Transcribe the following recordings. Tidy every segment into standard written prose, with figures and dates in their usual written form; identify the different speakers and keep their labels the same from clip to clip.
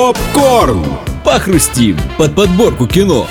Speaker 1: Попкорн! Похрустим под подборку кино.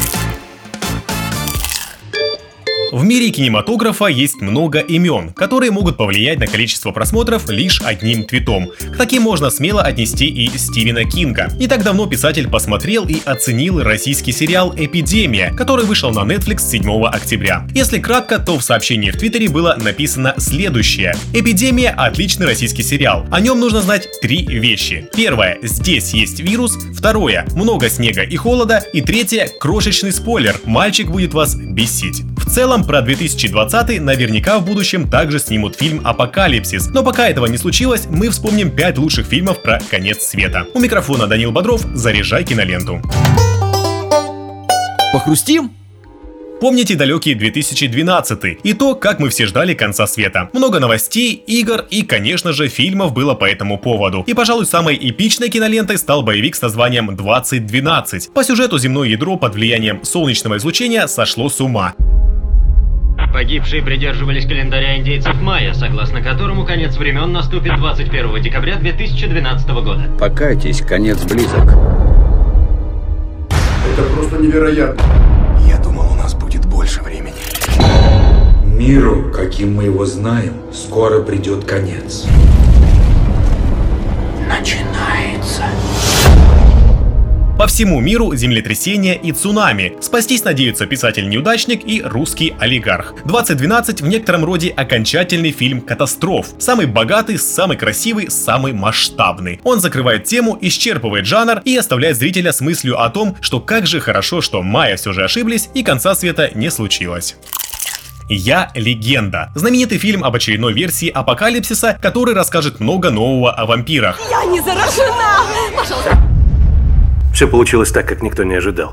Speaker 2: В мире кинематографа есть много имен, которые могут повлиять на количество просмотров лишь одним твитом. К таким можно смело отнести и Стивена Кинга. Не так давно писатель посмотрел и оценил российский сериал «Эпидемия», который вышел на Netflix 7 октября. Если кратко, то в сообщении в Твиттере было написано следующее. «Эпидемия» — отличный российский сериал. О нем нужно знать 3 вещи. Первое — здесь есть вирус. Второе — много снега и холода. И третье — крошечный спойлер — мальчик будет вас бесить. В целом, про 2020 наверняка в будущем также снимут фильм «Апокалипсис». Но пока этого не случилось, мы вспомним 5 лучших фильмов про конец света. У микрофона Данил Бодров, заряжай киноленту.
Speaker 1: Похрустим?
Speaker 2: Помните далекий 2012 и то, как мы все ждали конца света. Много новостей, игр и, конечно же, фильмов было по этому поводу. И, пожалуй, самой эпичной кинолентой стал боевик с названием «2012». По сюжету земное ядро под влиянием солнечного излучения сошло с ума.
Speaker 3: Погибшие придерживались календаря индейцев майя, согласно которому конец времен наступит 21 декабря 2012 года.
Speaker 4: Покайтесь, конец близок.
Speaker 5: Это просто невероятно.
Speaker 6: Я думал, у нас будет больше времени.
Speaker 7: Миру, каким мы его знаем, скоро придет конец.
Speaker 6: Начинается.
Speaker 2: По всему миру землетрясения и цунами. Спастись надеются писатель-неудачник и русский олигарх. 2012 в некотором роде окончательный фильм катастроф. Самый богатый, самый красивый, самый масштабный. Он закрывает тему, исчерпывает жанр и оставляет зрителя с мыслью о том, что как же хорошо, что майя все же ошиблись и конца света не случилось. «Я легенда» — знаменитый фильм об очередной версии апокалипсиса, который расскажет много нового о вампирах.
Speaker 8: Я не заражена! Пожалуйста!
Speaker 9: Все получилось так, как никто не ожидал.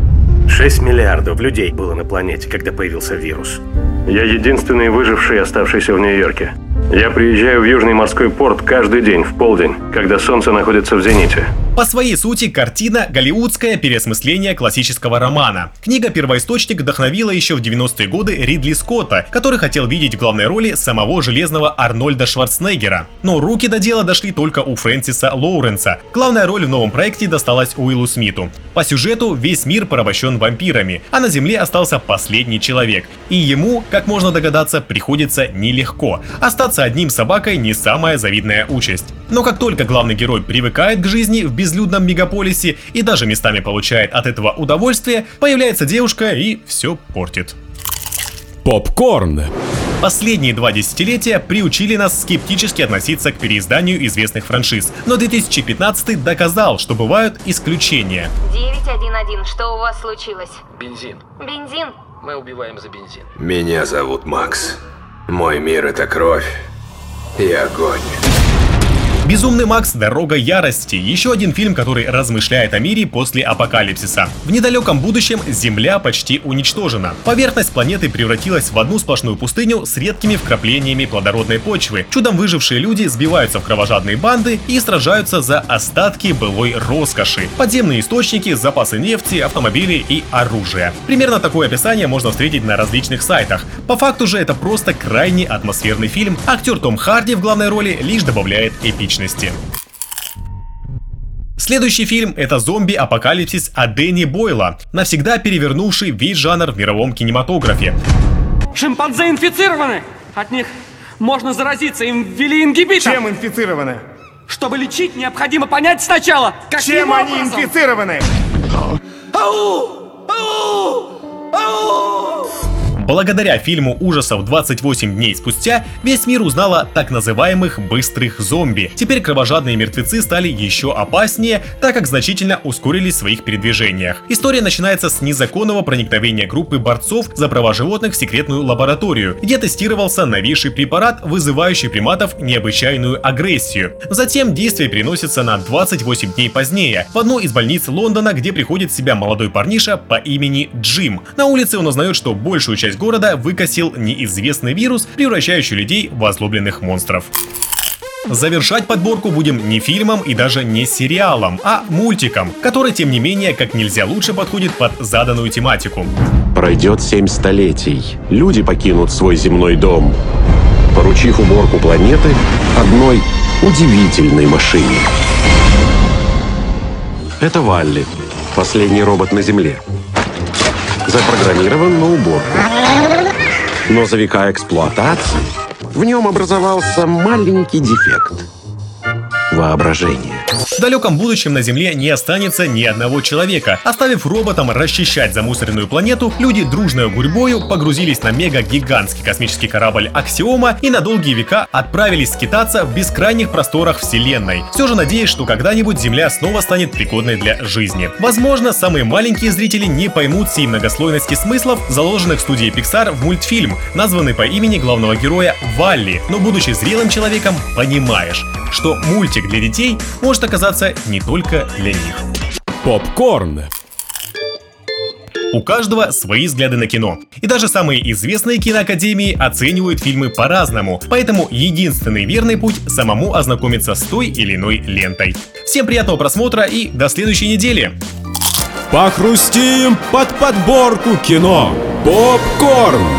Speaker 9: 6 миллиардов людей было на планете, когда появился вирус. Я единственный выживший, оставшийся в Нью-Йорке. Я приезжаю в Южный морской порт каждый день в полдень, когда солнце находится в зените.
Speaker 2: По своей сути, картина – голливудское переосмысление классического романа. Книга-первоисточник вдохновила еще в 90-е годы Ридли Скотта, который хотел видеть в главной роли самого железного Арнольда Шварценеггера. Но руки до дела дошли только у Фрэнсиса Лоуренса. Главная роль в новом проекте досталась Уиллу Смиту. По сюжету весь мир порабощен вампирами, а на Земле остался последний человек. И ему, как можно догадаться, приходится нелегко. Остаться одним собакой не самая завидная участь. Но как только главный герой привыкает к жизни в безлюдном мегаполисе и даже местами получает от этого удовольствие, появляется девушка и все портит.
Speaker 1: Попкорн.
Speaker 2: Последние 2 десятилетия приучили нас скептически относиться к переизданию известных франшиз, но 2015 доказал, что бывают исключения.
Speaker 10: 911, что у вас случилось?
Speaker 11: Бензин.
Speaker 10: Бензин?
Speaker 11: Мы убиваем за бензин.
Speaker 6: Меня зовут Макс. Мой мир — это кровь и огонь.
Speaker 2: «Безумный Макс. Дорога ярости» — еще один фильм, который размышляет о мире после апокалипсиса. В недалеком будущем Земля почти уничтожена. Поверхность планеты превратилась в одну сплошную пустыню с редкими вкраплениями плодородной почвы. Чудом выжившие люди сбиваются в кровожадные банды и сражаются за остатки былой роскоши. Подземные источники, запасы нефти, автомобили и оружия. Примерно такое описание можно встретить на различных сайтах. По факту же это просто крайне атмосферный фильм. Актер Том Харди в главной роли лишь добавляет эпичности. Следующий фильм — это «Зомби-апокалипсис» от Дэнни Бойла, навсегда перевернувший весь жанр в мировом кинематографе.
Speaker 12: Шимпанзе инфицированы! От них можно заразиться, им ввели ингибитор!
Speaker 5: Чем инфицированы?
Speaker 12: Чтобы лечить, необходимо понять сначала, каким
Speaker 5: Чем
Speaker 12: образом?
Speaker 5: они инфицированы?
Speaker 12: Ау! Ау! Ау!
Speaker 2: Благодаря фильму ужасов «28 дней спустя» весь мир узнал о так называемых быстрых зомби. Теперь кровожадные мертвецы стали еще опаснее, так как значительно ускорились в своих передвижениях. История начинается с незаконного проникновения группы борцов за права животных в секретную лабораторию, где тестировался новейший препарат, вызывающий приматов необычайную агрессию. Затем действие переносится на 28 дней позднее, в одну из больниц Лондона, где приходит в себя молодой парниша по имени Джим. На улице он узнает, что большую часть города выкосил неизвестный вирус, превращающий людей в озлобленных монстров. Завершать подборку будем не фильмом и даже не сериалом, а мультиком, который, тем не менее, как нельзя лучше подходит под заданную тематику.
Speaker 13: Пройдет 7 столетий. Люди покинут свой земной дом, поручив уборку планеты одной удивительной машине. Это Валли, последний робот на Земле. Запрограммирован на уборку. Но за века эксплуатации в нем образовался маленький дефект. Воображение.
Speaker 2: В далеком будущем на Земле не останется ни одного человека. Оставив роботам расчищать замусоренную планету, люди дружной гурьбою погрузились на мега-гигантский космический корабль Аксиома и на долгие века отправились скитаться в бескрайних просторах Вселенной. Все же надеясь, что когда-нибудь Земля снова станет пригодной для жизни. Возможно, самые маленькие зрители не поймут всей многослойности смыслов, заложенных студией Pixar в мультфильм, названный по имени главного героя Валли. Но будучи зрелым человеком, понимаешь, что мультик для детей может оказаться не только для них.
Speaker 1: Попкорн.
Speaker 2: У каждого свои взгляды на кино. И даже самые известные киноакадемии оценивают фильмы по-разному. Поэтому единственный верный путь – самому ознакомиться с той или иной лентой. Всем приятного просмотра и до следующей недели!
Speaker 1: Похрустим под подборку кино. Попкорн.